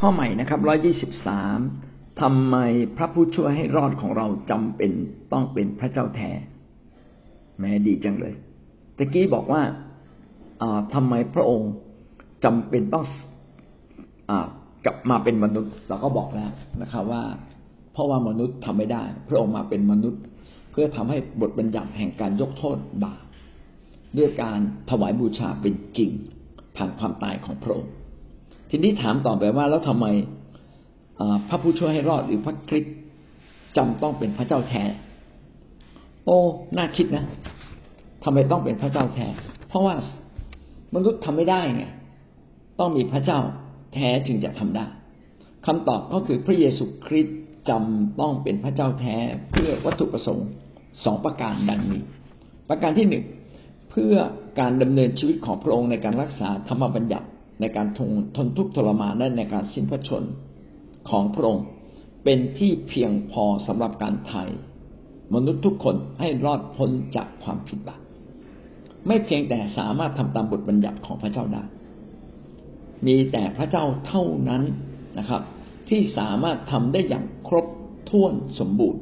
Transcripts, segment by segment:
ข้อใหม่นะครับ123ทำไมพระผู้ช่วยให้รอดของเราจำเป็นต้องเป็นพระเจ้าแท้แม้ดีจังเลยตะกี้บอกว่าทำไมพระองค์จำเป็นต้องกลับมาเป็นมนุษย์เราก็บอกแล้วนะครับว่าเพราะว่ามนุษย์ทำไม่ได้พระองค์มาเป็นมนุษย์เพื่อทำให้บทบัญญัติแห่งการยกโทษบาปด้วยการถวายบูชาเป็นจริงผ่านความตายของพระองค์ทีนี้ถามต่อไปว่าแล้วทำไมพระผู้ช่วยให้รอดหรือพระคริสต์จำต้องเป็นพระเจ้าแท้โอ้น่าคิดนะทำไมต้องเป็นพระเจ้าแท้เพราะว่ามนุษย์ทำไม่ได้ไงต้องมีพระเจ้าแท้จึงจะทำได้คำตอบก็คือพระเยซูคริสต์จำต้องเป็นพระเจ้าแท้เพื่อวัตถุประสงค์2ประการดังนี้ประการที่1เพื่อการดำเนินชีวิตของพระองค์ในการรักษาธรรมบัญญัติในการทนทุกข์ทรมานและในการสิ้นพระชนม์ของพระองค์เป็นที่เพียงพอสำหรับการไถ่มนุษย์ทุกคนให้รอดพ้นจากความผิดบาปไม่เพียงแต่สามารถทำตามบทบัญญัติของพระเจ้าได้มีแต่พระเจ้าเท่านั้นนะครับที่สามารถทำได้อย่างครบถ้วนสมบูรณ์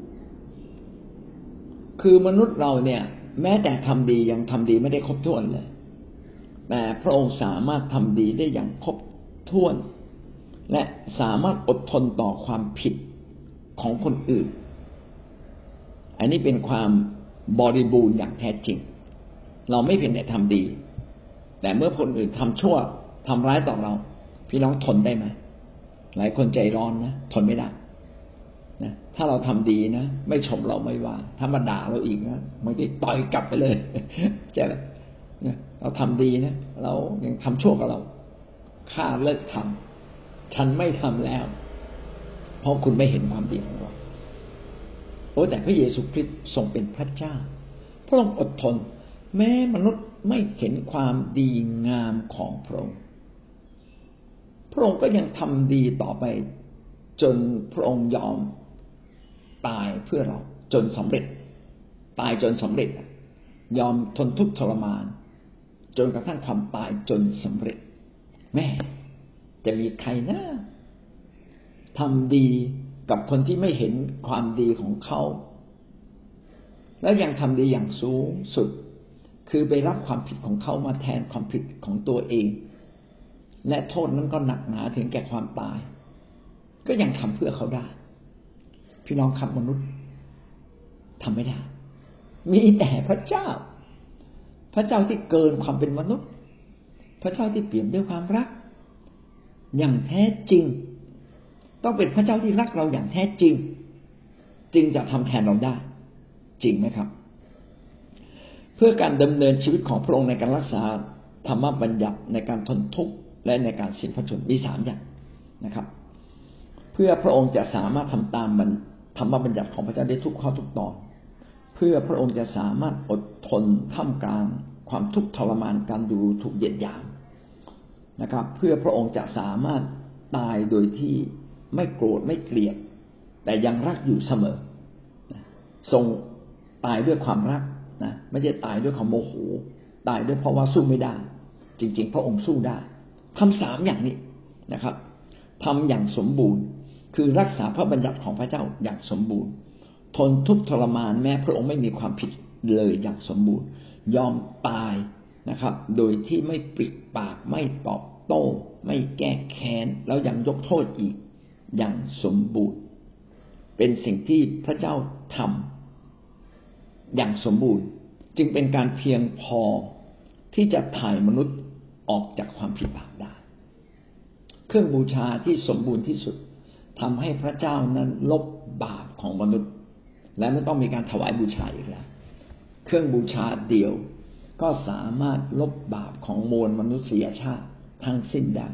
คือมนุษย์เราเนี่ยแม้แต่ทำดียังทำดีไม่ได้ครบถ้วนเลยแต่พระองค์สามารถทำดีได้อย่างครบถ้วนและสามารถอดทนต่อความผิดของคนอื่นอันนี้เป็นความบริบูรณ์อย่างแท้จริงเราไม่เพียงแต่ทำดีแต่เมื่อคนอื่นทำชั่วทำร้ายต่อเราพี่น้องทนได้ไหมหลายคนใจร้อนนะทนไม่ได้นะถ้าเราทำดีนะไม่ชมเราไม่ว่าถ้ามาด่าเราอีกนะมันก็ต่อยกลับไปเลยใช่ไหมเราทำดีนะเรายังทำชั่วกับเราข้าเลิกทำฉันไม่ทำแล้วเพราะคุณไม่เห็นความดีของเราโอ้แต่พระเยซูคริสต์ทรงเป็นพระเจ้าพระองค์อดทนแม้มนุษย์ไม่เห็นความดีงามของพระองค์พระองค์ก็ยังทำดีต่อไปจนพระองค์ยอมตายเพื่อเราจนสำเร็จตายจนสำเร็จยอมทนทุกข์ทรมานจนกระทั่งความตายจนสำเร็จแม่จะมีใครนะทำดีกับคนที่ไม่เห็นความดีของเขาแล้วยังทำดีอย่างสูงสุดคือไปรับความผิดของเขามาแทนความผิดของตัวเองและโทษนั้นก็หนักหนาถึงแก่ความตายก็ยังทำเพื่อเขาได้พี่น้องครับมนุษย์ทำไม่ได้มีแต่พระเจ้าพระเจ้าที่เกินความเป็นมนุษย์พระเจ้าที่เปี่ยมด้วยความรักอย่างแท้จริงต้องเป็นพระเจ้าที่รักเราอย่างแท้จริงจึงจะทำแทนเราได้จริงไหมครับเพื่อการดำเนินชีวิตของพระองค์ในการรักษาธรรมบัญญัติในการทนทุกข์และในการสิ้นพระชนม์มี3อย่างนะครับเพื่อพระองค์จะสามารถทำตามธรรมบัญญัติของพระเจ้าได้ทุกข้อทุกตอนเพื่อพระองค์จะสามารถอดทนท่ามกลางความทุกข์ทรมานการดูถูกเหยียดหยามนะครับเพื่อพระองค์จะสามารถตายโดยที่ไม่โกรธไม่เกลียดแต่ยังรักอยู่เสมอทรงตายด้วยความรักนะไม่ใช่ตายด้วยความโมโหตายด้วยเพราะว่าสู้ไม่ได้จริงๆพระองค์สู้ได้ทำ3อย่างนี้นะครับทำอย่างสมบูรณ์คือรักษาพระบัญญัติของพระเจ้าอย่างสมบูรณ์ทนทุกข์ทรมานแม้พระองค์ไม่มีความผิดเลยอย่างสมบูรณ์ยอมตายนะครับโดยที่ไม่ปิดปากไม่ตอบโต้ไม่แก้แค้นแล้วยังยกโทษอีกอย่างสมบูรณ์เป็นสิ่งที่พระเจ้าทำอย่างสมบูรณ์จึงเป็นการเพียงพอที่จะถ่ายมนุษย์ออกจากความผิดบาปได้เครื่องบูชาที่สมบูรณ์ที่สุดทำให้พระเจ้านั้นลบบาปของมนุษย์และไม่ต้องมีการถวายบูชาอีกแล้วเครื่องบูชาเดียวก็สามารถลบบาปของมวลมนุษยชาติทั้งสิ้นได้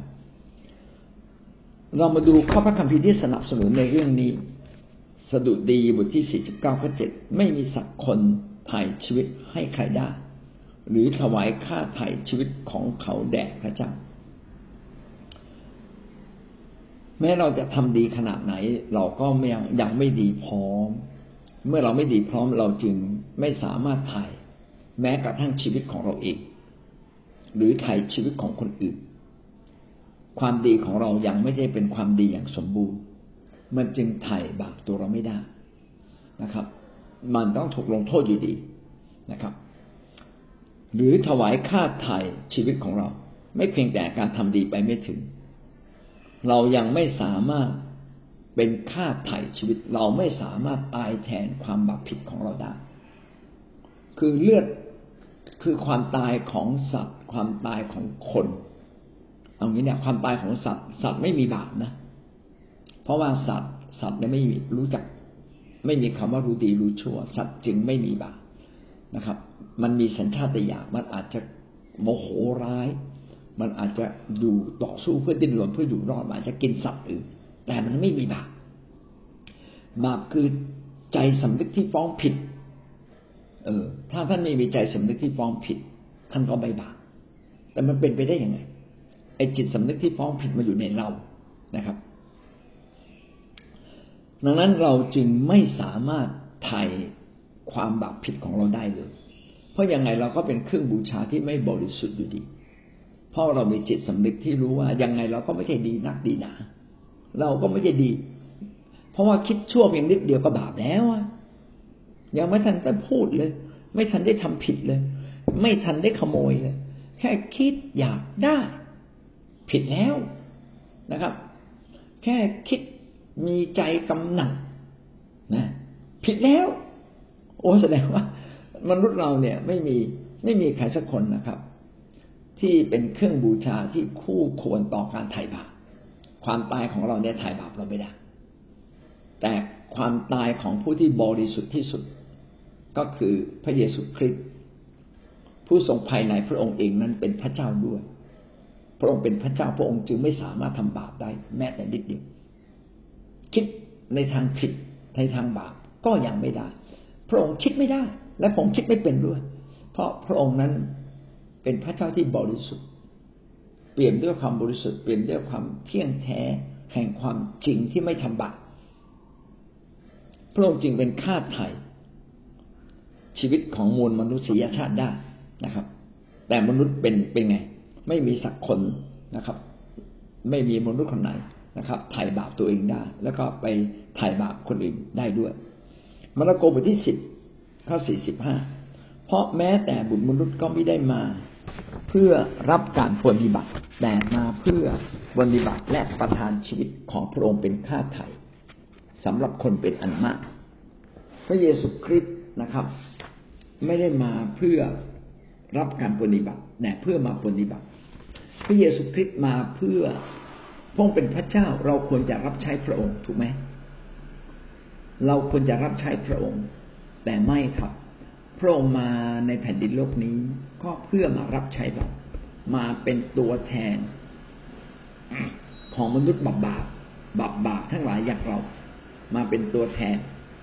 เรามาดูข้อพระคัมภีร์ที่สนับสนุนในเรื่องนี้สดุดีบทที่49ข้อ7ไม่มีสักคนไถ่ชีวิตให้ใครได้หรือถวายค่าไถ่ชีวิตของเขาแด่พระเจ้าแม้เราจะทำดีขนาดไหนเราก็ยังไม่ดีพร้อมเมื่อเราไม่ดีพร้อมเราจึงไม่สามารถไถ่แม้กระทั่งชีวิตของเราเองหรือไถ่ชีวิตของคนอื่นความดีของเรายังไม่ได้เป็นความดีอย่างสมบูรณ์มันจึงไถ่บาปตัวเราไม่ได้นะครับมันต้องถูกลงโทษอยู่ดีนะครับหรือถวายค่าไถ่ชีวิตของเราไม่เพียงแต่การทำดีไปไม่ถึงเรายังไม่สามารถเป็นค่าไถ่ชีวิตเราไม่สามารถตายแทนความบาปผิดของเราได้คือเลือดคือความตายของสัตว์ความตายของคนเอางี้เนี่ยความตายของสัตว์ไม่มีบาปนะเพราะว่าสัตว์เนี่ยไม่รู้จักไม่มีคำว่ารู้ดีรู้ชั่วสัตว์จึงไม่มีบาปนะครับมันมีสัญชาตญาณมันอาจจะโมโหร้ายมันอาจจะอยู่ต่อสู้เพื่อดิ้นรนเพื่ออยู่รอดอาจจะกินสัตว์อื่นแต่มันไม่มีบาปคือใจสำนึกที่ฟ้องผิดถ้าท่านไม่มีใจสำนึกที่ฟ้องผิดท่านก็ไม่บาปแต่มันเป็นไปได้ยังไงไอ้จิตสำนึกที่ฟ้องผิดมาอยู่ในเรานะครับดังนั้นเราจึงไม่สามารถไถ่ความบาปผิดของเราได้เลยเพราะยังไงเราก็เป็นเครื่องบูชาที่ไม่บริสุทธิ์อยู่ดีเพราะเรามีจิตสำนึกที่รู้ว่ายังไงเราก็ไม่ใช่ดีนักดีหนาเราก็ไม่ใช่ดีเพราะว่าคิดชั่วเพียงนิดเดียวก็บาปแล้วยังไม่ทันได้พูดเลยไม่ทันได้ทำผิดเลยไม่ทันได้ขโมยเลยแค่คิดอยากได้ผิดแล้วนะครับแค่คิดมีใจกำหนัดนะผิดแล้วโอ้แสดงว่ามนุษย์เราเนี่ยไม่มีใครสักคนนะครับที่เป็นเครื่องบูชาที่คู่ควรต่อการไถ่บาปความตายของเราเนี่ยไถ่บาปเราไม่ได้แต่ความตายของผู้ที่บริสุทธิ์ที่สุดก็คือพระเยซูคริสต์ผู้ทรงภายในพระองค์เองนั้นเป็นพระเจ้าด้วยพระองค์เป็นพระเจ้าพระองค์จึงไม่สามารถทำบาปได้แม้แต่นิดเดียวคิดในทางผิดในทางบาปก็ยังไม่ได้พระองค์คิดไม่ได้และพระองค์คิดไม่เป็นด้วยเพราะพระองค์นั้นเป็นพระเจ้าที่บริสุทธิ์เปี่ยมด้วยความบริสุทธิ์เปี่ยมด้วยความเที่ยงแท้แห่งความจริงที่ไม่ทำบาปพระองค์จึงเป็นค่าไถ่ชีวิตของมวลมนุษยชาติได้นะครับแต่มนุษย์เป็นไงไม่มีสักคนนะครับไม่มีมนุษย์คนไหนนะครับไถ่บาปตัวเองได้แล้วก็ไปไถ่บาปคนอื่นได้ด้วยมาระโกบทที่10ข้อ45เพราะแม้แต่บุตรมนุษย์ก็ไม่ได้มาเพื่อรับการปฏิบัติแต่มาเพื่อปฏิบัติและประทานชีวิตของพระองค์เป็นค่าไถ่สำหรับคนเป็นอันมากพระเยซูคริสต์นะครับไม่ได้มาเพื่อรับการปฏิบัติแต่เพื่อมาปฏิบัติพระเยซูคริสต์มาเพื่อพระองค์เป็นพระเจ้าเราควรจะรับใช้พระองค์ถูกไหมเราควรจะรับใช้พระองค์แต่ไม่ครับพระองค์มาในแผ่นดินโลกนี้ก็เพื่อมารับใช้เรามาเป็นตัวแทนของมนุษย์บาปทั้งหลายอย่างเรามาเป็นตัวแทน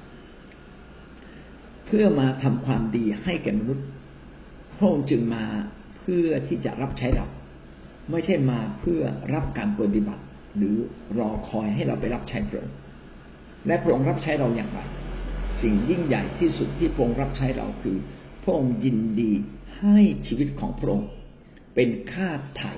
เพื่อมาทำความดีให้แก่มนุษย์พระองค์จึงมาเพื่อที่จะรับใช้เราไม่ใช่มาเพื่อรับการปฏิบัติหรือรอคอยให้เราไปรับใช้พระองค์และพระองค์รับใช้เราอย่างไรสิ่งยิ่งใหญ่ที่สุดที่พระองค์รับใช้เราคือพระองค์ยินดีให้ชีวิตของพระองค์เป็นค่าไถ่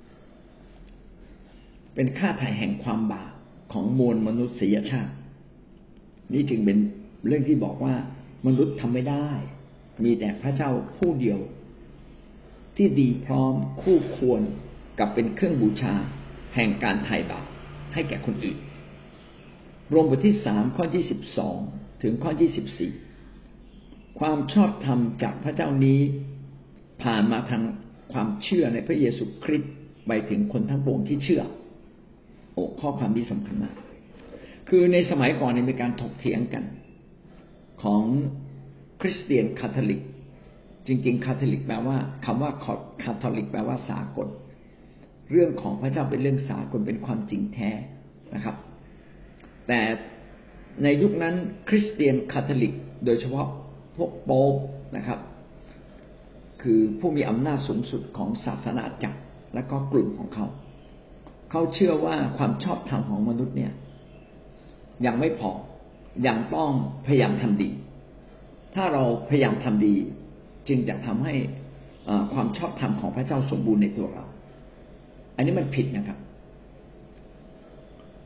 แห่งความบาปของมวลมนุษยชาตินี่จึงเป็นเรื่องที่บอกว่ามนุษย์ทำไม่ได้มีแต่พระเจ้าผู้เดียวที่ดีพร้อมคู่ควรกับเป็นเครื่องบูชาแห่งการไถ่บาปให้แก่คนอื่นโรมบทที่3ข้อที่12ถึงข้อที่14ความชอบธรรมจากพระเจ้านี้ผ่านมาทางความเชื่อในพระเยซูคริสต์ไปถึงคนทั้งปวงที่เชื่อข้อความนี้สำคัญมากคือในสมัยก่อนมีการถกเถียงกันของคริสเตียนคาทอลิกจริงๆคาทอลิกแปลว่าคำว่าคาทอลิกแปลว่าสากลเรื่องของพระเจ้าเป็นเรื่องสากลเป็นความจริงแท้นะครับแต่ในยุคนั้นคริสเตียนคาทอลิกโดยเฉพาะพวกโป๊ปนะครับคือผู้มีอำนาจสูงสุดของศาสนาจักรและก็กลุ่มของเขาเชื่อว่าความชอบธรรมของมนุษย์เนี่ยยังไม่พอยังต้องพยายามทำดีถ้าเราพยายามทำดีจึงจะทำให้ความชอบธรรมของพระเจ้าสมบูรณ์ในตัวเราอันนี้มันผิดนะครับ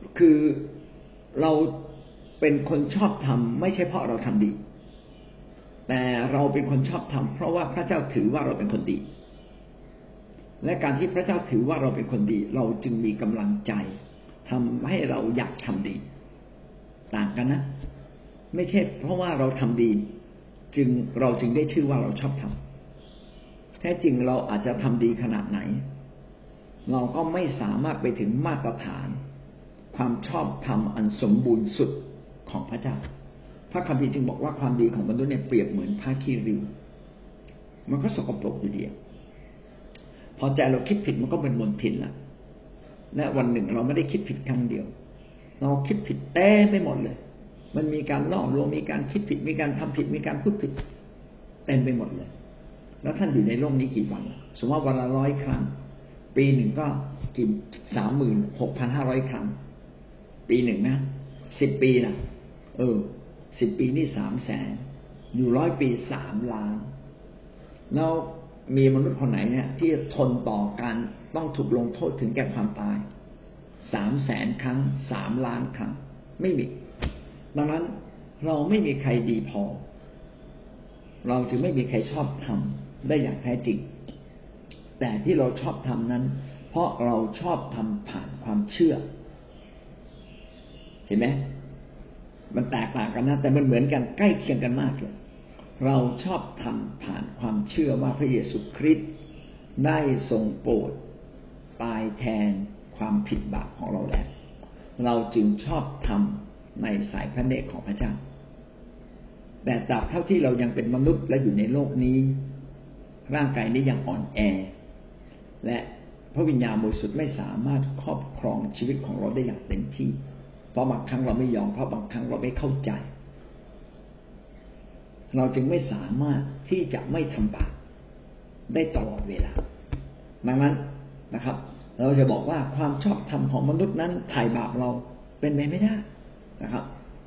คือเราเป็นคนชอบธรรมไม่ใช่เพราะเราทำดีแต่เราเป็นคนชอบธรรมเพราะว่าพระเจ้าถือว่าเราเป็นคนดีและการที่พระเจ้าถือว่าเราเป็นคนดีเราจึงมีกำลังใจทำให้เราอยากทำดีต่างกันนะไม่ใช่เพราะว่าเราทำดีเราจึงได้ชื่อว่าเราชอบทำแท้จริงเราอาจจะทำดีขนาดไหนเราก็ไม่สามารถไปถึงมาตรฐานความชอบธรรมอันสมบูรณ์สุดของพระเจ้าพระคัมภีร์จึงบอกว่าความดีของมนุษย์เนี่ยเปรียบเหมือนผ้าขี้ริ้วมันก็สกปรกอยู่ดีพอใจเราคิดผิดมันก็เป็นมลทินละและวันหนึ่งเราไม่ได้คิดผิดครั้งเดียวเราคิดผิดเต้ไม่หมดเลยมันมีการล่อลวงมีการคิดผิดมีการทำผิดมีการพูดผิดเต็มไปหมดเลยแล้วท่านอยู่ในโลกนี้กี่วันสมมติว่าวันละ100 ครั้งปีหนึ่งก็กี่36,500 ครั้งปีหนึ่งนะ10 ปีนะ10 ปีนี่300,000อยู่100 ปี3 ล้านแล้วมีมนุษย์คนไหนเนี่ยที่ทนต่อการต้องถูกลงโทษถึงแก่ความตาย300,000 ครั้ง3 ล้านครั้งไม่มีดังนั้นเราไม่มีใครดีพอเราจึงไม่มีใครชอบทำได้อย่างแท้จริงแต่ที่เราชอบทำนั้นเพราะเราชอบทำผ่านความเชื่อเห็นไหมมันแตกต่างกันนะแต่มันเหมือนกันใกล้เคียงกันมากเลยเราชอบทำผ่านความเชื่อว่าพระเยซูคริสต์ได้ทรงโปรดตายแทนความผิดบาปของเราแล้วเราจึงชอบทำในสายพระเนตรของพระเจ้าแต่ตราบเท่าที่เรายังเป็นมนุษย์และอยู่ในโลกนี้ร่างกายนี้ยังอ่อนแอและพระวิญญาณบริสุทธิ์ไม่สามารถครอบครองชีวิตของเราได้อย่างเต็มที่เพราะบางครั้งเราไม่ยอมเพราะบางครั้งเราไม่เข้าใจเราจึงไม่สามารถที่จะไม่ทำบาปได้ตลอดเวลาดังนั้นนะครับเราจะบอกว่าความชอบธรรมของมนุษย์นั้นไถ่บาปเราเป็นไปไม่ได้นะครับ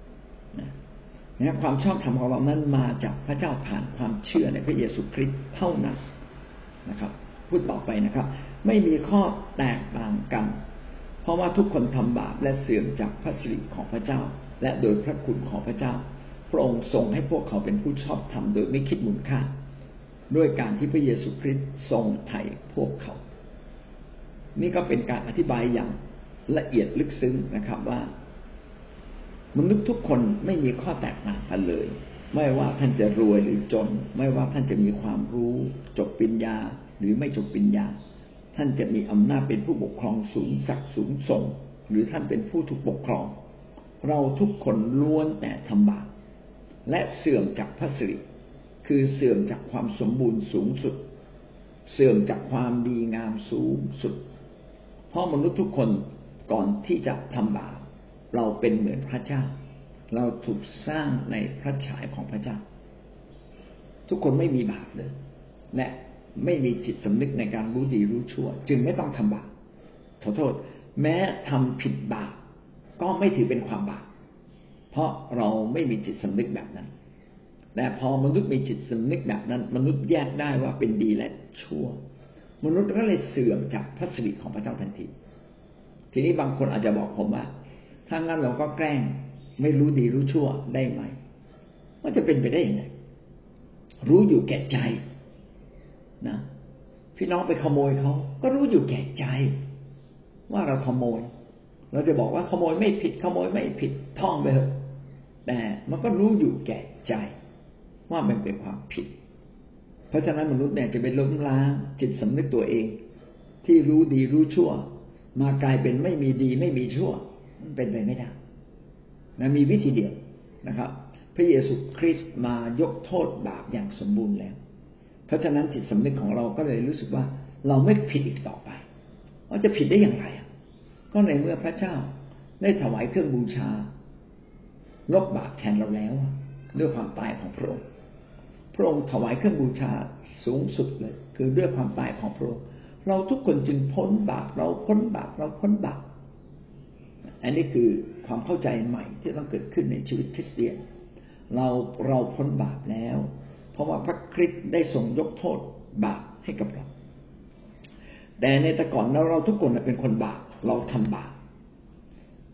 ความชอบธรรมของเรานั้นมาจากพระเจ้าผ่านความเชื่อในพระเยซูคริสต์เท่านั้นนะครับพูดต่อไปนะครับไม่มีข้อแตกต่างกันเพราะว่าทุกคนทำบาปและเสื่อมจากพระสิริของพระเจ้าและโดยพระคุณของพระเจ้าพระองค์ทรงให้พวกเขาเป็นผู้ชอบธรรมโดยไม่คิดมูลค่าด้วยการที่พระเยซูคริสต์ทรงไถ่พวกเขานี่ก็เป็นการอธิบายอย่างละเอียดลึกซึ้งนะครับว่ามนุษย์ทุกคนไม่มีข้อแตกต่างกันเลยไม่ว่าท่านจะรวยหรือจนไม่ว่าท่านจะมีความรู้จบปริญญาหรือไม่จบปริญญาท่านจะมีอำนาจเป็นผู้ปกครองสูงศักดิ์สูงส่งหรือท่านเป็นผู้ถูกปกครองเราทุกคนล้วนแต่ทำบาปและเสื่อมจากพระสิริคือเสื่อมจากความสมบูรณ์สูงสุดเสื่อมจากความดีงามสูงสุดเพราะมนุษย์ทุกคนก่อนที่จะทำบาปเราเป็นเหมือนพระเจ้าเราถูกสร้างในพระฉายของพระเจ้าทุกคนไม่มีบาปเลยและไม่มีจิตสำนึกในการรู้ดีรู้ชั่วจึงไม่ต้องทำบาปขอโทษแม้ทำผิดบาปก็ไม่ถือเป็นความบาปเพราะเราไม่มีจิตสำนึกแบบนั้นแต่พอมนุษย์มีจิตสำนึกแบบนั้นมนุษย์แยกได้ว่าเป็นดีและชั่วมนุษย์ก็เลยเสื่อมจากพระสิริของพระเจ้าทันทีทีนี้บางคนอาจจะบอกผมว่าถ้างั้นเราก็แกล้งไม่รู้ดีรู้ชั่วได้ไหมว่าจะเป็นไปได้ยังไงรู้อยู่แก่ใจนะพี่น้องไปขโมยเขาก็รู้อยู่แก่ใจว่าเราขโมยเราจะบอกว่าขโมยไม่ผิดขโมยไม่ผิดท่องไปเถอะแต่มันก็รู้อยู่แก่ใจว่ามันเป็นความผิดเพราะฉะนั้นมนุษย์เนี่ยจะไปล้มล้างจิตสำนึกตัวเองที่รู้ดีรู้ชั่วมากลายเป็นไม่มีดีไม่มีชั่วมันเป็นไปไม่ได้นะมีวิธีเดียวนะครับพระเยซูคริสต์มายกโทษบาปอย่างสมบูรณ์แล้วเพราะฉะนั้นจิตสำนึกของเราก็เลยรู้สึกว่าเราไม่ผิดอีกต่อไปเราจะผิดได้อย่างไรก็ในเมื่อพระเจ้าได้ถวายเครื่องบูชาลบบาปแทนเราแล้วด้วยความตายของพระองค์พระองค์ถวายเครื่องบูชาสูงสุดเลยคือด้วยความตายของพระองค์เราทุกคนจึงพ้นบาปเราพ้นบาปเราพ้นบาปอันนี้คือความเข้าใจใหม่ที่ต้องเกิดขึ้นในชีวิตคริสเตียนเราพ้นบาปแล้วเพราะว่าพระคริสต์ได้ทรงยกโทษบาปให้กับเราแต่ในแต่ก่อนเราทุกคนเป็นคนบาปเราทำบาป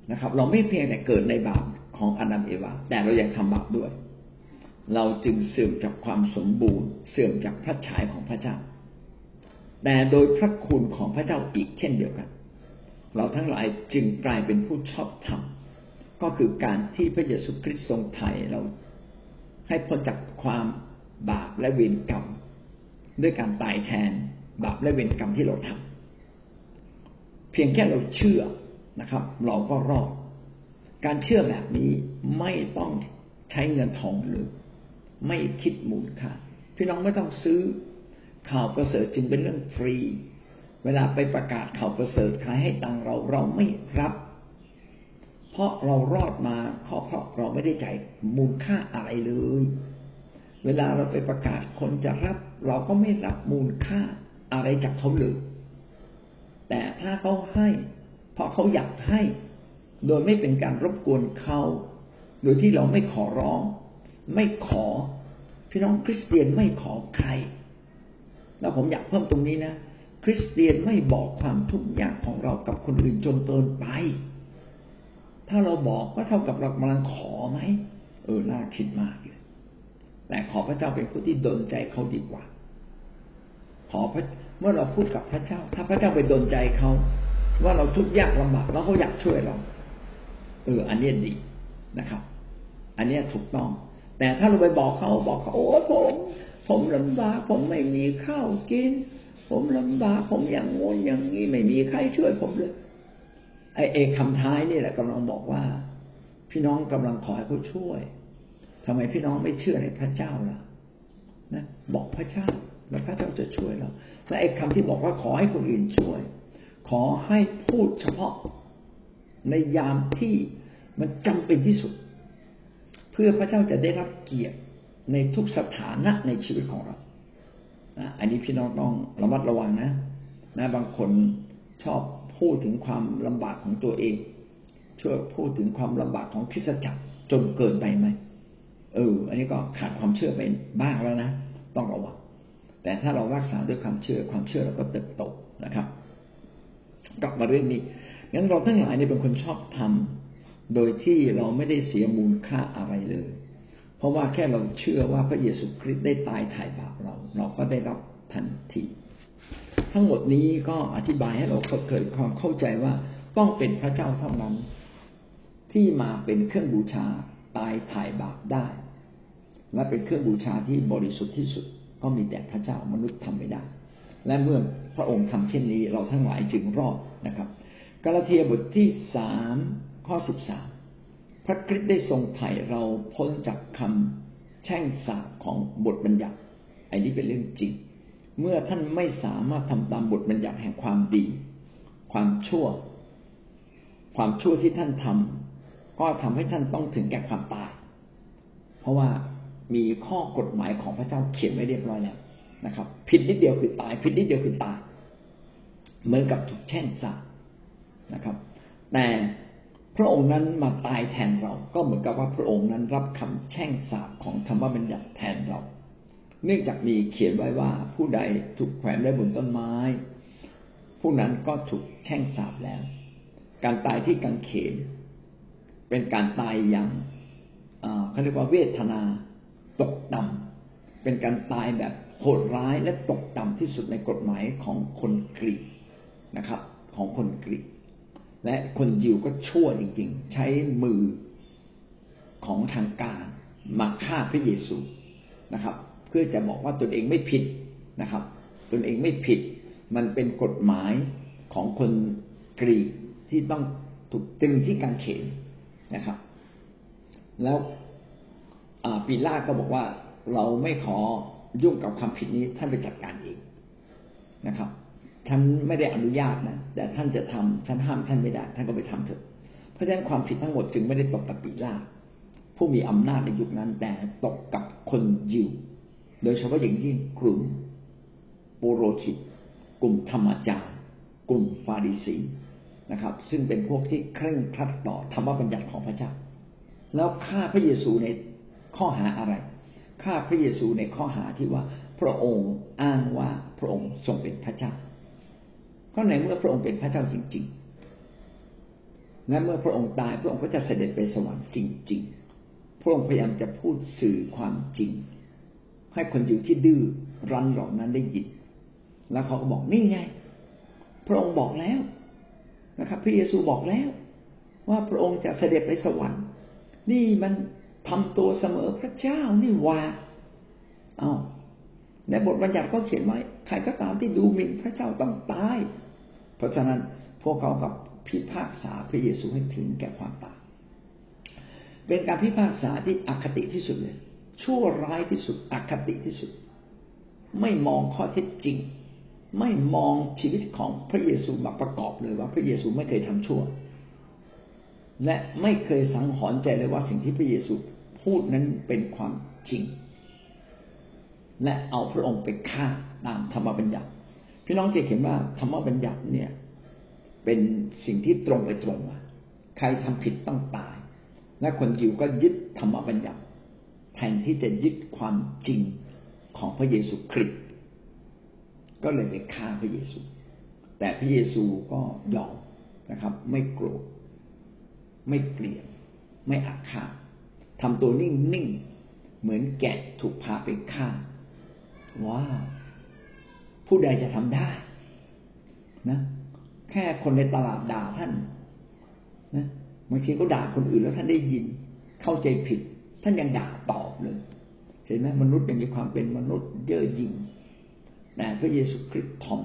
นะครับเราไม่เพียงแต่เกิดในบาปของอาดัมเอวาแต่เรายังทำบาปด้วยเราจึงเสื่อมจากความสมบูรณ์เสื่อมจากพระฉายของพระเจ้าแต่โดยพระคุณของพระเจ้าอีกเช่นเดียวกันเราทั้งหลายจึงกลายเป็นผู้ชอบธรรมก็คือการที่พระเยซูคริสต์ทรงไถ่เราให้พ้นจากความบาปและเวรกรรมด้วยการตายแทนบาปและเวรกรรมที่เราทำเพียงแค่เราเชื่อนะครับเราก็รอดการเชื่อแบบนี้ไม่ต้องใช้เงินทองเลยไม่คิดมูลค่าพี่น้องไม่ต้องซื้อข่าวประเสริฐจึงเป็นเรื่องฟรีเวลาไปประกาศข่าวประเสริฐใครให้ตังเราไม่รับเพราะเรารอดมาเพราะเราไม่ได้จ่ายมูลค่าอะไรเลยเวลาเราไปประกาศคนจะรับเราก็ไม่รับมูลค่าอะไรจากเขาเลยแต่ถ้าเขาให้เพราะเขาอยากให้โดยไม่เป็นการรบกวนเขาโดยที่เราไม่ขอร้องไม่ขอพี่น้องคริสเตียนไม่ขอใครแล้วผมอยากเพิ่มตรงนี้นะคริสเตียนไม่บอกความทุกข์ยากของเรากับคนอื่นจนเกินไปถ้าเราบอกก็เท่ากับเรากำลังขอไหมน่าคิดมากเลยแต่ขอพระเจ้าเป็นผู้ที่ดลใจเขาดีกว่าเมื่อเราพูดกับพระเจ้าถ้าพระเจ้าไปดลใจเขาว่าเราทุกข์ยากลำบากแล้วเขาอยากช่วยเราอันนี้ดีนะครับอันนี้ถูกต้องแต่ถ้าเราไปบอกเขาโอ้ผมลำบากผมไม่มีข้าวกินผมลำบากผมอย่างงนอย่างนี้ไม่มีใครช่วยผมเลยไอ้คำท้ายนี่แหละกำลังบอกว่าพี่น้องกำลังขอให้เขาช่วยทำไมพี่น้องไม่เชื่อในพระเจ้าล่ะนะบอกพระเจ้าแล้วพระเจ้าจะช่วยเราและไอ้คำที่บอกว่าขอให้คนอื่นช่วยขอให้พูดเฉพาะในยามที่มันจำเป็นที่สุดเพื่อพระเจ้าจะได้รับเกียรติในทุกสถานะในชีวิตของเราอันนี้พี่น้องต้องระมัดระวังนะบางคนชอบพูดถึงความลำบากของตัวเองช่วยพูดถึงความลำบากของคริสตจักรจนเกินไปไหมอันนี้ก็ขาดความเชื่อไปบ้างแล้วนะต้องระวังแต่ถ้าเรารักษาด้วยความเชื่อเราก็เติบโตนะครับกลับมาเรื่องนี้งั้นเราทั้งหลายนี่เป็นคนชอบทำโดยที่เราไม่ได้เสียมูลค่าอะไรเลยเพราะว่าแค่เราเชื่อว่าพระเยซูคริสต์ได้ตายไถ่บาปเราก็ได้รับทันทีทั้งหมดนี้ก็อธิบายให้เราเกิดความเข้าใจว่าต้องเป็นพระเจ้าเท่านั้นที่มาเป็นเครื่องบูชาตายไถ่บาปได้และเป็นเครื่องบูชาที่บริสุทธิ์ที่สุดก็มีแต่พระเจ้ามนุษย์ทำไม่ได้และเมื่อพระองค์ทำเช่นนี้เราทั้งหลายจึงรอดนะครับกาลาเทียบทที่3ข้อ13พระคริสต์ได้ทรงไถ่เราพ้นจากคำแช่งสาปของบทบัญญัติอันนี้เป็นเรื่องจริงเมื่อท่านไม่สามารถทำตามบทบัญญัติแห่งความดีความชั่วที่ท่านทำก็ทำให้ท่านต้องถึงแก่ความตายเพราะว่ามีข้อกฎหมายของพระเจ้าเขียนไว้เรียบร้อยแล้วนะครับผิดนิดเดียวคือตายผิดนิดเดียวคือตายเหมือนกับถูกแช่งสาปนะครับแต่พระองค์นั้นมาตายแทนเราก็เหมือนกับว่าพระองค์นั้นรับคำแช่งสาปของธรรมบัญญัติแทนเราเนื่องจากมีเขียนไว้ว่าผู้ใดถูกแขวนไว้บนต้นไม้ผู้นั้นก็ถูกแช่งสาปแล้วการตายที่กางเขนเป็นการตายอย่างเขาเรียกว่าเวทนาตกต่ำเป็นการตายแบบโหดร้ายและตกต่ำที่สุดในกฎหมายของคนกรีกนะครับของคนกรีกและคนยิวก็ชั่วจริงๆใช้มือของทางการมาฆ่าพระเยซูนะครับเพื่อจะบอกว่าตนเองไม่ผิดนะครับตนเองไม่ผิดมันเป็นกฎหมายของคนกรีกที่ต้องถูกตรึงที่กางเขนนะครับแล้วปิลาตก็บอกว่าเราไม่ขอยุ่งกับความผิดนี้ท่านไปจัดการเองนะครับฉันไม่ได้อนุญาตนะแต่ท่านจะทำฉันห้ามท่านไม่ได้ท่านก็ไปทำเถอะเพราะฉะนั้นความผิดทั้งหมดจึงไม่ได้ตกกับปิลาตผู้มีอำนาจในยุคนั้นแต่ตกกับคนยิวโดยเฉพาะอย่างยิ่งกลุ่มปุโรหิตกลุ่มธรรมจารย์กลุ่มฟาริสีนะครับซึ่งเป็นพวกที่เคร่งครัดต่อธรรมบัญญัติของพระเจ้าแล้วฆ่าพระเยซูในข้อหาอะไรฆ่าพระเยซูในข้อหาที่ว่าพระองค์อ้างว่าพระองค์ทรงเป็นพระเจ้าก็ในเมื่อพระองค์เป็นพระเจ้าจริงและเมื่อพระองค์ตายพระองค์ก็จะเสด็จไปสวรรค์จริงๆพระองค์พยายามจะพูดสื่อความจริงให้คนอยู่ที่ดื้อรั้นเหล่านั้นได้ยินแล้วเขาก็บอกนี่ไงพระองค์บอกแล้วนะครับพระเยซูบอกแล้วว่าพระองค์จะเสด็จไปสวรรค์นี่มันทำตัวเสมอพระเจ้านี่ว่าในบทบัญญัติก็เขียนไว้ใครก็ตามที่ดูหมิ่นพระเจ้าต้องตายเพราะฉะนั้นพวกเขากับพิพากษาพระเยซูให้ถึงแก่ความตายเป็นการพิพากษาที่อคติที่สุดเลยชั่วร้ายที่สุดอคติที่สุดไม่มองข้อเท็จจริงไม่มองชีวิตของพระเยซูมาประกอบเลยว่าพระเยซูไม่เคยทำชั่วและไม่เคยสังหรณ์ใจเลยว่าสิ่งที่พระเยซูพูดนั้นเป็นความจริงและเอาพระองค์ไปฆ่าตามธรรมบัญญัติพี่น้องจะเห็นว่าธรรมบัญญัติเนี่ยเป็นสิ่งที่ตรงไปตรงมาใครทำผิดต้องตายและคนยิวก็ยึดธรรมบัญญัติแทนที่จะยึดความจริงของพระเยซูคริสต์ก็เลยไปฆ่าพระเยซูแต่พระเยซูก็ยอมนะครับไม่โกรธไม่เกลียดไม่อาฆาตทำตัวนิ่งๆเหมือนแกะถูกพาไปฆ่าว้าวผู้ใดจะทำได้นะแค่คนในตลาดด่าท่านนะบางทีก็ด่าคนอื่นแล้วท่านได้ยินเข้าใจผิดท่านยังด่าตอบเลยเห็นไหมมนุษย์ยังมีความเป็นมนุษย์เย่อหยิ่งแต่พระเยซูคริสต์ถ่อม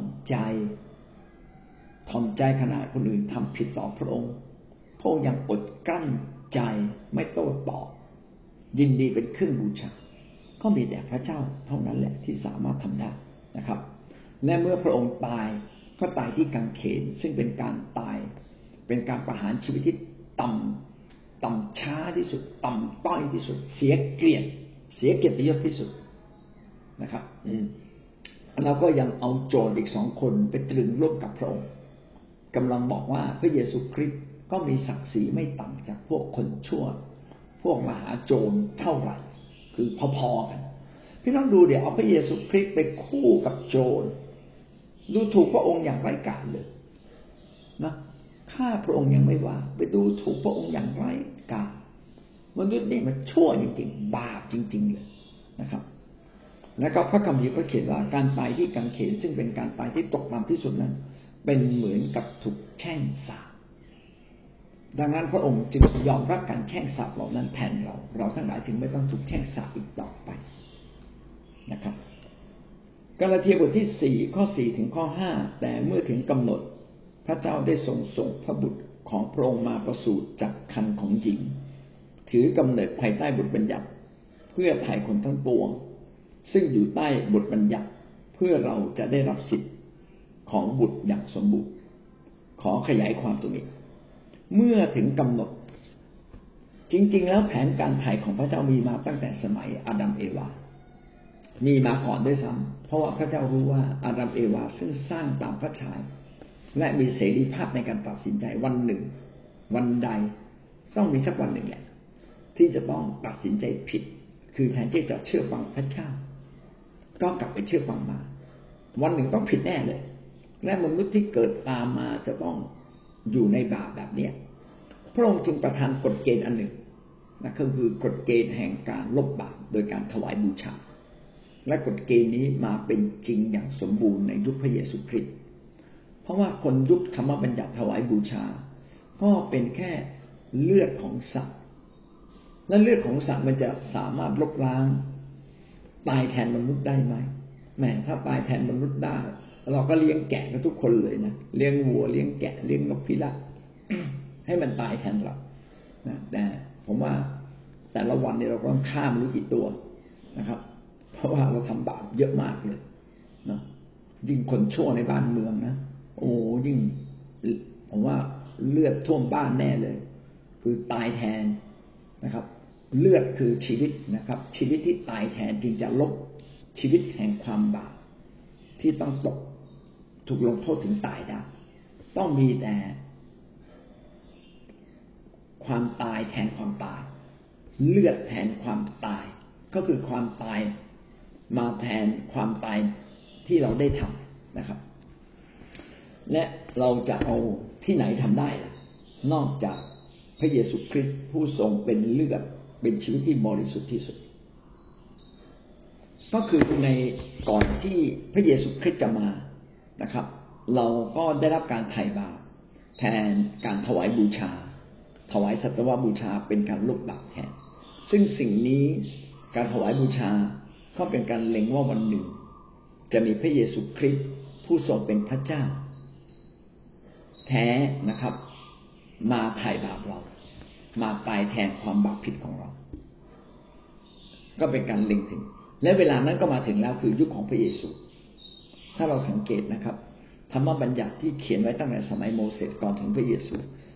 ใจขณะคนอื่นทำผิดต่อพระองค์พระองค์ยังอดกลั้นใจไม่โต้ตอบยินดีเป็นเครื่องบูชาก็มีแต่พระเจ้าเท่านั้นแหละที่สามารถทำได้นะครับและเมื่อพระองค์ตายก็ตายที่กางเขนซึ่งเป็นการตายเป็นการประหารชีวิตที่ต่ำช้าที่สุดต่ำต้อยที่สุดเสียเกียรติยศที่สุดนะครับเราก็ยังเอาโจรอีก2 คนไปตรึงร่วมกับพระองค์กำลังบอกว่าพระเยซูคริสต์ก็มีศักดิ์ศรีไม่ต่างจากพวกคนชั่วพวกมหาโจรเท่าไหร่คือพอๆกันพี่น้องดูเดี๋ยวเอาพระเยซูคริสต์ไปคู่กับโจรดูถูกพระองค์อย่างไร้กาจเลยนะฆ่าพระองค์ยังไม่ว่าไปดูถูกพระองค์อย่างไร้กาจมนุษย์นี่มันชั่วจริงๆบาปจริงๆเลยนะครับแล้วก็พระคัมภีร์ก็เขียนว่าการตายที่กางเขนซึ่งเป็นการตายที่ตกต่ำที่สุดนั้นเป็นเหมือนกับถูกแช่งสาปดังนั้นพระองค์จึงยอมรับการแช่งสาปเหล่านั้นแทนเราทั้งหลายจึงไม่ต้องถูกแช่งสาปอีกต่อไปนะครับกาลาเทียบทที่4ข้อ4ถึงข้อ5แต่เมื่อถึงกำหนดพระเจ้าได้ทรงส่งพระบุตรของพระองค์มาประสูติจากครรภ์ของหญิงถือกำเนิดภายใต้บทบัญญัติเพื่อไถ่คนทั้งปวงซึ่งอยู่ใต้บทบัญญัติเพื่อเราจะได้รับสิทธิ์ของบุตรอย่างสมบูรณ์ขอขยายความตรงนี้เมื่อถึงกำหนดจริงๆแล้วแผนการไถ่ของพระเจ้ามีมาตั้งแต่สมัยอาดัมเอวามีมาก่อนด้วยซ้ำเพราะว่าพระเจ้ารู้ว่าอาดัมเอวาซึ่งสร้างตามพระฉายและมีเสรีภาพในการตัดสินใจวันหนึ่งวันใดต้องมีสักวันหนึ่งแหละที่จะต้องตัดสินใจผิดคือแทนที่จะเชื่อฟังพระเจ้าก็กลับไปเชื่อฟังมาวันหนึ่งต้องผิดแน่เลยและมนุษย์ที่เกิดตามมาจะต้องอยู่ในบาปแบบนี้พระองค์จึงประทานกฎเกณฑ์อันหนึ่งนะก็คือกฎเกณฑ์แห่งการลบบาปโดยการถวายบูชาและกฎเกณฑ์นี้มาเป็นจริงอย่างสมบูรณ์ในยุคพระเยซูคริสต์เพราะว่าคนยุคธรรมบัญญัติถวายบูชาก็เป็นแค่เลือดของสัตว์และเลือดของสัตว์มันจะสามารถลบล้างตายแทนมนุษย์ได้ไหมแม้ถ้าตายแทนมนุษย์ได้เราก็เลี้ยงแกะกันทุกคนเลยนะเลี้ยงวัวเลี้ยงแกะเลี้ยงนกพิราบ ให้มันตายแทนเรานะแต่ผมว่าแต่ละวันเนี่ยเราต้องฆ่าไม่รู้กี่ตัวนะครับเพราะว่าเราทำบาปเยอะมากเลยนะยิ่งคนชั่วในบ้านเมืองนะโอ้ยิ่งผมว่าเลือดท่วมบ้านแน่เลยคือตายแทนนะครับเลือดคือชีวิตนะครับชีวิตที่ตายแทนจึงจะลบชีวิตแห่งความบาปที่ต้องถูกลงโทษถึงตายได้ต้องมีแต่ความตายแทนความตายเลือดแทนความตายก็คือความตายมาแทนความตายที่เราได้ทำนะครับและเราจะเอาที่ไหนทำได้ล่ะนอกจากพระเยซูคริสต์ผู้ทรงเป็นเลือดเป็นชีวิตที่บริสุทธิ์ที่สุดก็คือในก่อนที่พระเยซูคริสต์จะมานะครับเราก็ได้รับการไถ่บาปแทนการถวายบูชาถวายสัตวบูชาเป็นการลบบาปแทนซึ่งสิ่งนี้การถวายบูชาก็เป็นการเล็งว่าวันหนึ่งจะมีพระเยซูคริสต์ผู้ทรงเป็นพระเจ้าแท้นะครับมาไถ่บาปเรามาตายแทนความบาปผิดของเราก็เป็นการเล็งถึงและเวลานั้นก็มาถึงแล้วคือยุคของพระเยซูถ้าเราสังเกตนะครับธรรมบัญญัติที่เขียนไว้ตั้งแต่สมัยโมเสสก่อนถึงพระเยซู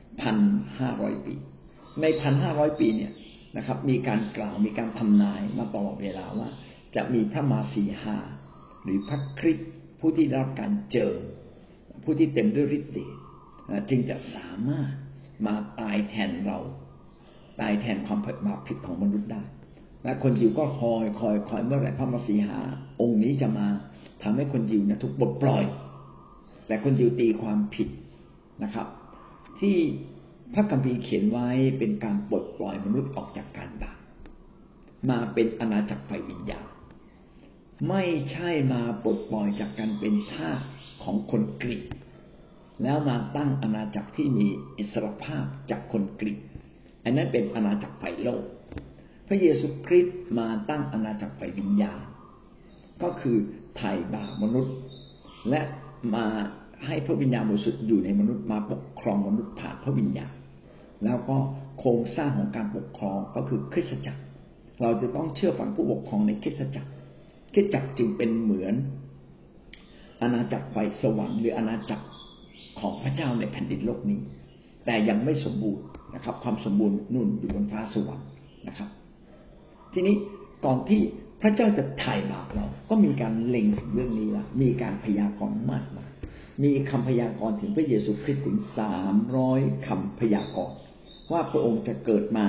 1,500 ปีใน 1,500 ปีเนี่ยนะครับมีการกล่าวมีการทำนายมาตลอดเวลาว่าจะมีพระมาสีหาหรือพระคริสต์ผู้ที่ได้รับการเจิมผู้ที่เต็มด้วยฤทธิ์เดชจึงจะสามารถมาตายแทนเราตายแทนความบาปผิดของมนุษย์ได้และคนยิวก็คอยเมื่อไหร่พระมาสีหาองค์นี้จะมาทำให้คนยิวถูกปลดปล่อยแต่คนยิวตีความผิดนะครับที่พระคัมภีร์เขียนไว้เป็นการปลดปล่อยมนุษย์ออกจากการบาปมาเป็นอาณาจักรฝ่ายวิญญาณไม่ใช่มาปลดปล่อยจากการเป็นทาสของคนกรีกแล้วมาตั้งอาณาจักรที่มีอิสรภาพจากคนกรีกอันนั้นเป็นอาณาจักรฝ่ายโลกพระเยซูคริสต์มาตั้งอาณาจักรฝ่ายวิญญาณก็คือไถ่บาปมนุษย์และมาให้พระวิญญาณบริสุทธิ์อยู่ในมนุษย์มาปกครองมนุษย์ผ่านพระวิญญาณแล้วก็โครงสร้างของการปกครองก็คือคริสตจักรเราจะต้องเชื่อฟังผู้ปกครองในคริสตจักรคริสตจักรจึงเป็นเหมือนอาณาจักรฝ่ายสวรรค์หรืออาณาจักรของพระเจ้าในแผ่นดินโลกนี้แต่ยังไม่สมบูรณ์นะครับความสมบูรณ์นู่นอยู่บนฟ้าสวรรค์นะครับทีนี้ก่อนที่พระเจ้าจะไถ่บาปเราก็มีการเล็งถึงเรื่องนี้ละมีการพยากรณ์มากมายมีคำพยากรณ์ถึงพระเยซูคริสต์ถึง300คำพยากรณ์ว่าพระองค์จะเกิดมา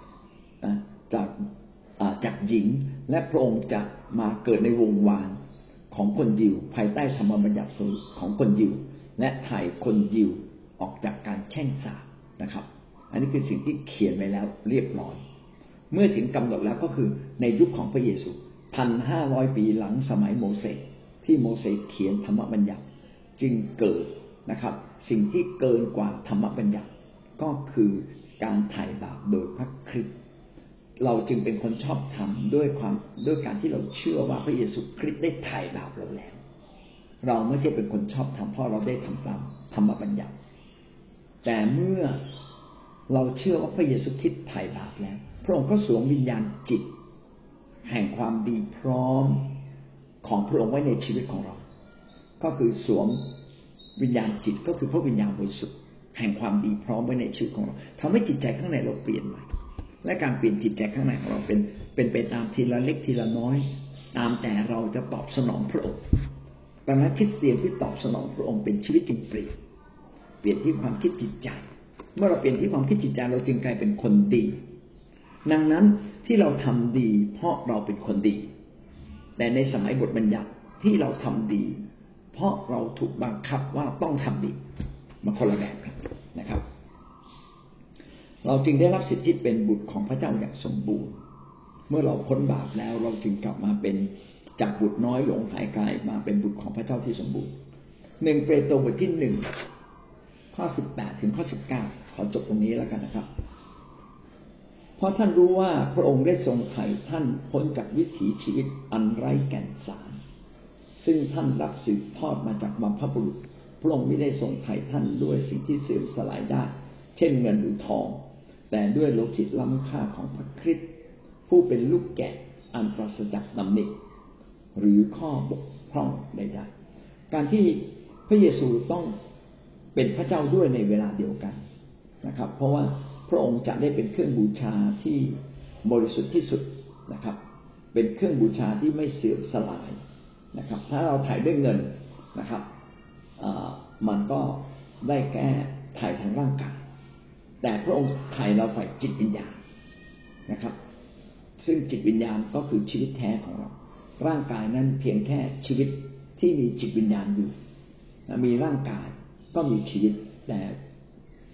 จากหญิงและพระองค์จะมาเกิดในวงวานของคนยิวภายใต้ธรรมบัญญัติของคนยิวและไถ่คนยิวออกจากการแช่งสาปนะครับอันนี้คือสิ่งที่เขียนไว้แล้วเรียบร้อยเมื่อถึงกำหนดแล้วก็คือในยุคของพระเยซู 1,500 ปีหลังสมัยโมเสสที่โมเสสเขียนธรรมบัญญัติจึงเกิดนะครับสิ่งที่เกินกว่าธรรมบัญญัติก็คือการไถ่บาปโดยพระคริสต์เราจึงเป็นคนชอบธรรมด้วยการที่เราเชื่อว่าพระเยซูคริสต์ได้ไถ่บาปเราแล้วเราไม่ใช่เป็นคนชอบธรรมเพราะเราได้ทำตามธรรมบัญญัติแต่เมื่อเราเชื่อว่าพระเยซูคริสต์ไถ่บาปแล้วพระองค์ก็สวมวิญญาณจิตแห่งความดีพร้อมของพระองค์ไว้ในชีวิตของเราก็คือสวมวิญญาณจิตก็คือพระวิญญาณบริสุทธิ์แห่งความดีพร้อมไว้ในชีวิตของเราทำให้จิตใจข้างในเราเปลี่ยนใหม่และการเปลี่ยนจิตใจข้างในของเราเป็นไปตามทีละเล็กทีละน้อยตามแต่เราจะตอบสนองพระองค์ดังนั้นคริสเตียนที่ตอบสนองพระองค์เป็นชีวิตจึงเปลี่ยนที่ความคิดจิตใจเมื่อเราเปลี่ยนที่ความคิดจิตใจเราจึงกลายเป็นคนดีดังนั้นที่เราทำดีเพราะเราเป็นคนดีแต่ในสมัยบทบัญญัติที่เราทำดีเพราะเราถูกบังคับว่าต้องทำดีมาคนละแบบกันนะครับเราจึงได้รับสิทธิเป็นบุตรของพระเจ้าอย่างสมบูรณ์เมื่อเราพ้นบาปแล้วเราจึงกลับมาเป็นจากบุตรน้อยหลงหายกลายมาเป็นบุตรของพระเจ้าที่สมบูรณ์1 เปโตรบทที่1ข้อ18ถึงข้อ19ขอจบตรงนี้แล้วกันนะครับเพราะท่านรู้ว่าพระองค์ได้ทรงไถ่ท่านพ้นจากวิถีชีวิตอันไร้แก่นสารซึ่งท่านรับสืบทอดมาจากบรรพบุรุษพระองค์ไม่ได้ทรงไถ่ท่านด้วยสิ่งที่เสื่อมสลายได้เช่นเงินหรือทองแต่ด้วยโลหิตล้ำค่าของพระคริสต์ผู้เป็นลูกแกะอันปราศจากตำหนิหรือข้อบกพร่องใดๆการที่พระเยซูต้องเป็นพระเจ้าด้วยในเวลาเดียวกันนะครับเพราะว่าพระองค์จะได้เป็นเครื่องบูชาที่บริสุทธิ์ที่สุดนะครับเป็นเครื่องบูชาที่ไม่เสื่อมสลายนะครับถ้าเราถ่ายด้วยเงินนะครับมันก็ได้แค่ถ่ายทางร่างกายแต่พระองค์ถ่ายเราฝ่ายจิตวิญญาณนะครับซึ่งจิตวิญญาณก็คือชีวิตแท้ของเราร่างกายนั้นเพียงแค่ชีวิตที่มีจิตวิญญาณอยู่มีร่างกายก็มีชีวิตแต่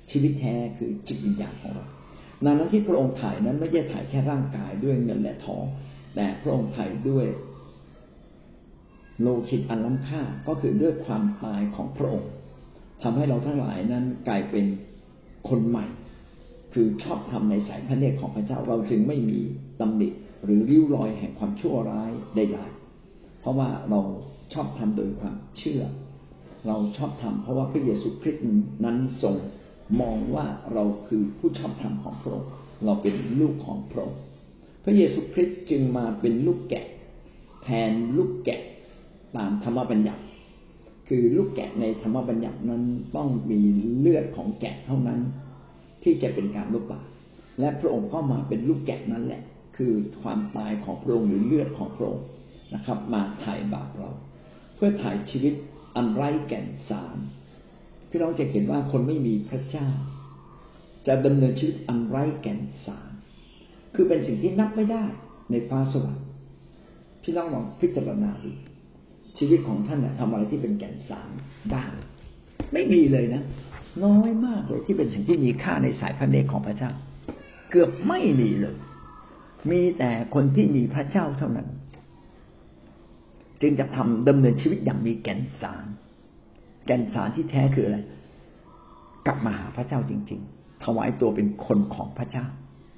ชีวิตแท้คือจิตวิญญาณของเรานั้นที่พระองค์ถ่ายนั้นไม่ใช่ถ่ายแค่ร่างกายด้วยเงินและทองแต่พระองค์ถ่ายด้วยโลหิตอันล้ำค่าก็คือด้วยความตายของพระองค์ทำให้เราทั้งหลายนั้นกลายเป็นคนใหม่คือชอบธรรมในสายพระเนตรของพระเจ้าเราจึงไม่มีตำหนิหรือริ้วรอยแห่งความชั่วร้ายใดๆเพราะว่าเราชอบธรรมโดยความเชื่อเราชอบธรรมเพราะว่าพระเยซูคริสต์นั้นทรงมองว่าเราคือผู้ชอบธรรมของพระองค์เราเป็นลูกของพระองค์พระเยซูคริสต์จึงมาเป็นลูกแกะแทนลูกแกะตามธรรมบัญญัติคือลูกแกะในธรรมบัญญัตินั้นต้องมีเลือดของแกะเท่านั้นที่จะเป็นการลบบาปและพระองค์ก็มาเป็นลูกแกะนั่นแหละคือความตายของพระองค์หรือเลือดของพระองค์นะครับมาไถ่บาปเราเพื่อไถ่ชีวิตอันไร้แก่นสารพี่น้องจะเห็นว่าคนไม่มีพระเจ้าจะดำเนินชีวิตอันไร้แก่นสารคือเป็นสิ่งที่นับไม่ได้ในฟ้าสวรรค์พี่น้องลองพิจารณาดูชีวิตของท่านทำอะไรที่เป็นแก่นสารบ้างไม่มีเลยนะน้อยมากเลยที่เป็นสิ่งที่มีค่าในสายพระเนตรของพระเจ้าเกือบไม่มีเลยมีแต่คนที่มีพระเจ้าเท่านั้นจึงจะดำเนินชีวิตอย่างมีแก่นสารแก่นสารที่แท้คืออะไรกลับมาหาพระเจ้าจริงๆถวายตัวเป็นคนของพระเจ้า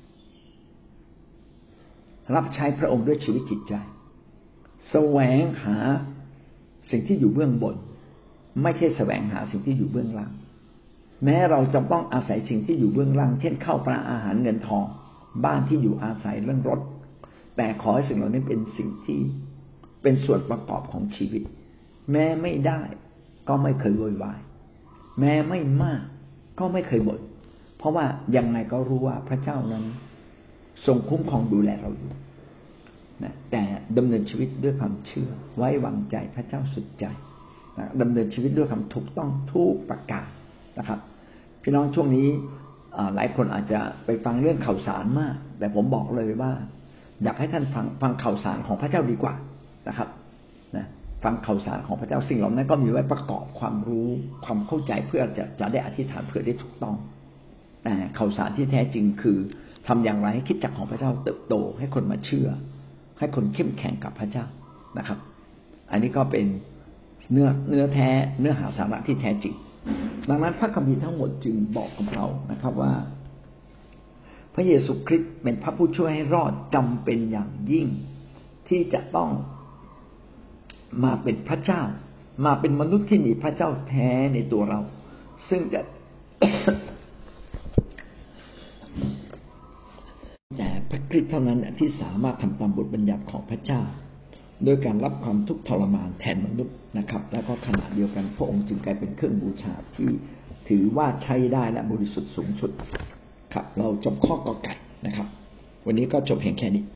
รับใช้พระองค์ด้วยชีวิตจิตใจแสวงหาสิ่งที่อยู่เบื้องบนไม่ใช่แสวงหาสิ่งที่อยู่เบื้องล่างแม้เราจะต้องอาศัยสิ่งที่อยู่เบื้องล่างเช่นข้าวปลาอาหารเงินทองบ้านที่อยู่อาศัยเรื่องรถแต่ขอให้สิ่งเหล่านี้เป็นสิ่งที่เป็นส่วนประกอบของชีวิตแม้ไม่ได้ก็ไม่เคยโวยวายแม้ไม่มากก็ไม่เคยบ่นเพราะว่ายังไงก็รู้ว่าพระเจ้านั้นทรงคุ้มครองดูแลเราอยู่นะแต่ดำเนินชีวิตด้วยความเชื่อไว้วางใจพระเจ้าสุดใจนะดำเนินชีวิตด้วยความถูกต้องทุกประการนะครับพี่น้องช่วงนี้หลายคนอาจจะไปฟังเรื่องข่าวสารมากแต่ผมบอกเลยว่าอยากให้ท่านฟังข่าวสารของพระเจ้าดีกว่านะครับนะฟังข่าวสารของพระเจ้าสิ่งเหล่านั้นก็มีไว้ประกอบความรู้ความเข้าใจเพื่อจะได้อธิษฐานเพื่อได้ถูกต้องแต่ข่าวสารที่แท้จริงคือทำอย่างไรให้คริสตจักรของพระเจ้าเติบโตให้คนมาเชื่อให้คนเข้มแข็งกับพระเจ้านะครับอันนี้ก็เป็นเนื้อแท้เนื้อหาสาระที่แท้จริงดังนั้นพระคัมภีร์ทั้งหมดจึงบอกกับเรานะครับว่าพระเยซูคริสต์เป็นพระผู้ช่วยให้รอดจำเป็นอย่างยิ่งที่จะต้องมาเป็นพระเจ้ามาเป็นมนุษย์ที่มีพระเจ้าแท้ในตัวเราซึ่งจะ แต่พระคริสต์เท่านั้นที่สามารถทำตามบทบัญญัติของพระเจ้าโดยการรับความทุกข์ทรมานแทนมนุษย์นะครับแล้วก็ขณะเดียวกันพระองค์จึงกลายเป็นเครื่องบูชาที่ถือว่าใช้ได้และบริสุทธิ์สูงสุดครับเราจบข้อกอไก่นะครับวันนี้ก็จบเพียงแค่นี้